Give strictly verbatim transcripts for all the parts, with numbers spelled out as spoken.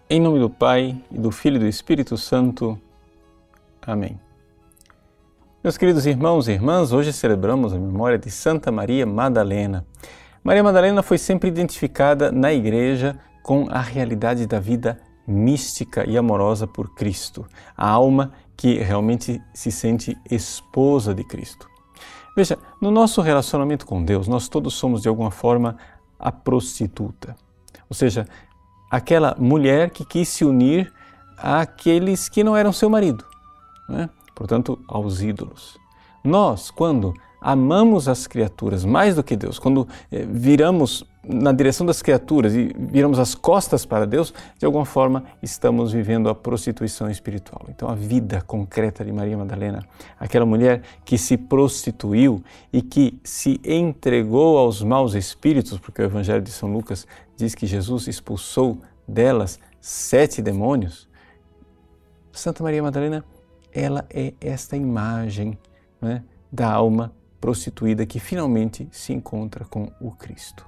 Em nome do Pai, e do Filho e do Espírito Santo. Amém. Meus queridos irmãos e irmãs, hoje celebramos a memória de Santa Maria Madalena. Maria Madalena foi sempre identificada na Igreja com a realidade da vida mística e amorosa por Cristo, a alma que realmente se sente esposa de Cristo. Veja, no nosso relacionamento com Deus, nós todos somos de alguma forma a prostituta, ou seja, aquela mulher que quis se unir àqueles que não eram seu marido, né? Portanto, aos ídolos. Nós, quando amamos as criaturas mais do que Deus, quando eh, viramos na direção das criaturas e viramos as costas para Deus, de alguma forma estamos vivendo a prostituição espiritual. Então a vida concreta de Maria Madalena, aquela mulher que se prostituiu e que se entregou aos maus espíritos, porque o Evangelho de São Lucas diz que Jesus expulsou delas sete demônios. Santa Maria Madalena, ela é esta imagem, né, da alma prostituída que finalmente se encontra com o Cristo.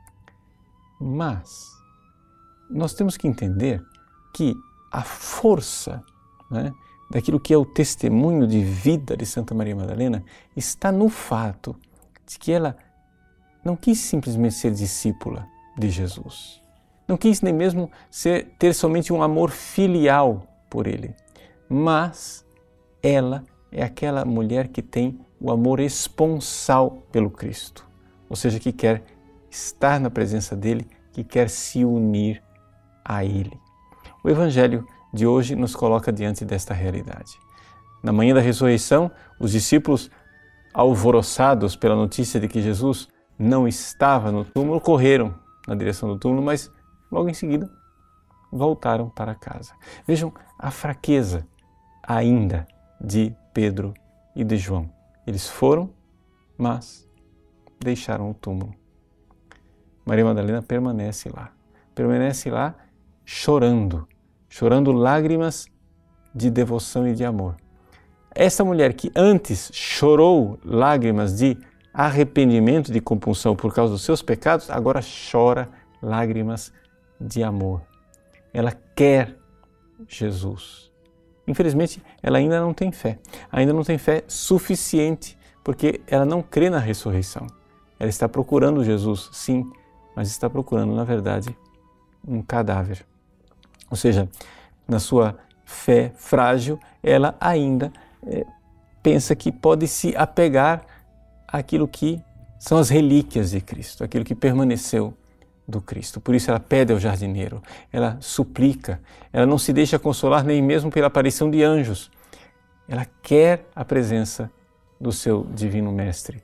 Mas nós temos que entender que a força, né, daquilo que é o testemunho de vida de Santa Maria Madalena está no fato de que ela não quis simplesmente ser discípula de Jesus, não quis nem mesmo ser, ter somente um amor filial por ele, mas ela é aquela mulher que tem o amor esponsal pelo Cristo, ou seja, que quer estar na presença dele, que quer se unir a ele. O Evangelho de hoje nos coloca diante desta realidade. Na manhã da ressurreição, os discípulos, alvoroçados pela notícia de que Jesus não estava no túmulo, correram na direção do túmulo, mas logo em seguida voltaram para casa. Vejam a fraqueza ainda de Pedro e de João. Eles foram, mas deixaram o túmulo. Maria Madalena permanece lá, permanece lá chorando, chorando lágrimas de devoção e de amor. Essa mulher que antes chorou lágrimas de arrependimento, de compulsão por causa dos seus pecados, agora chora lágrimas de amor. Ela quer Jesus. Infelizmente, ela ainda não tem fé, ainda não tem fé suficiente, porque ela não crê na ressurreição. Ela está procurando Jesus, sim, mas está procurando, na verdade, um cadáver. Ou seja, na sua fé frágil, ela ainda é, pensa que pode se apegar àquilo que são as relíquias de Cristo, aquilo que permaneceu do Cristo. Por isso ela pede ao jardineiro, ela suplica, ela não se deixa consolar nem mesmo pela aparição de anjos. Ela quer a presença do seu divino mestre.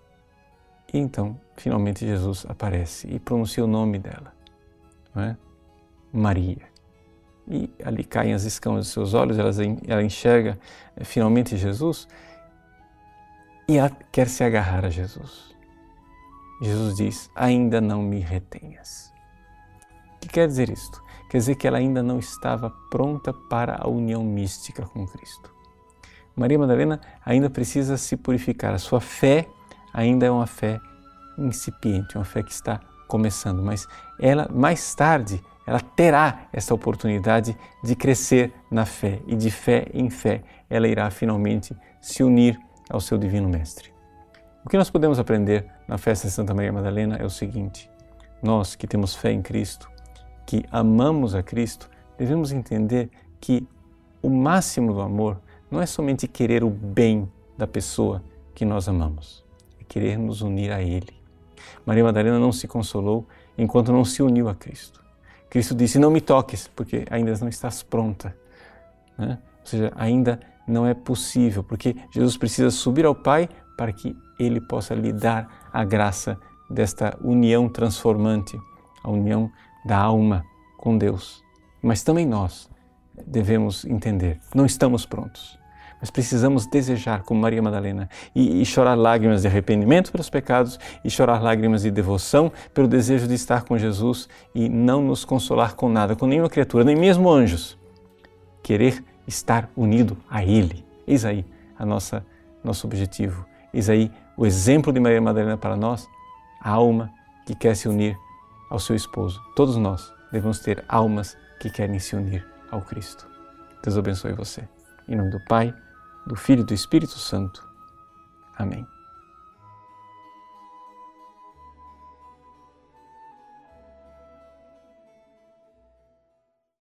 E então, finalmente Jesus aparece e pronuncia o nome dela, não é? Maria. E ali caem as escamas dos seus olhos, ela, ela enxerga é, finalmente Jesus e ela quer se agarrar a Jesus. Jesus diz, ainda não me retenhas. O que quer dizer isto? Quer dizer que ela ainda não estava pronta para a união mística com Cristo. Maria Madalena ainda precisa se purificar. A sua fé ainda é uma fé incipiente, uma fé que está começando, mas ela, mais tarde, ela terá essa oportunidade de crescer na fé e de fé em fé ela irá finalmente se unir ao seu Divino Mestre. O que nós podemos aprender na festa de Santa Maria Madalena é o seguinte: nós que temos fé em Cristo, que amamos a Cristo, devemos entender que o máximo do amor não é somente querer o bem da pessoa que nós amamos, é querer nos unir a Ele. Maria Madalena não se consolou enquanto não se uniu a Cristo. Cristo disse, não me toques, porque ainda não estás pronta, né? Ou seja, ainda não é possível, porque Jesus precisa subir ao Pai para que Ele possa lhe dar a graça desta união transformante, a união da alma com Deus. Mas também nós devemos entender, não estamos prontos, mas precisamos desejar, como Maria Madalena, e, e chorar lágrimas de arrependimento pelos pecados e chorar lágrimas de devoção pelo desejo de estar com Jesus e não nos consolar com nada, com nenhuma criatura, nem mesmo anjos. Querer estar unido a Ele. Eis aí a nossa, nosso objetivo. Eis aí o exemplo de Maria Madalena para nós, a alma que quer se unir ao seu esposo. Todos nós devemos ter almas que querem se unir ao Cristo. Deus abençoe você. Em nome do Pai, do Filho e do Espírito Santo. Amém.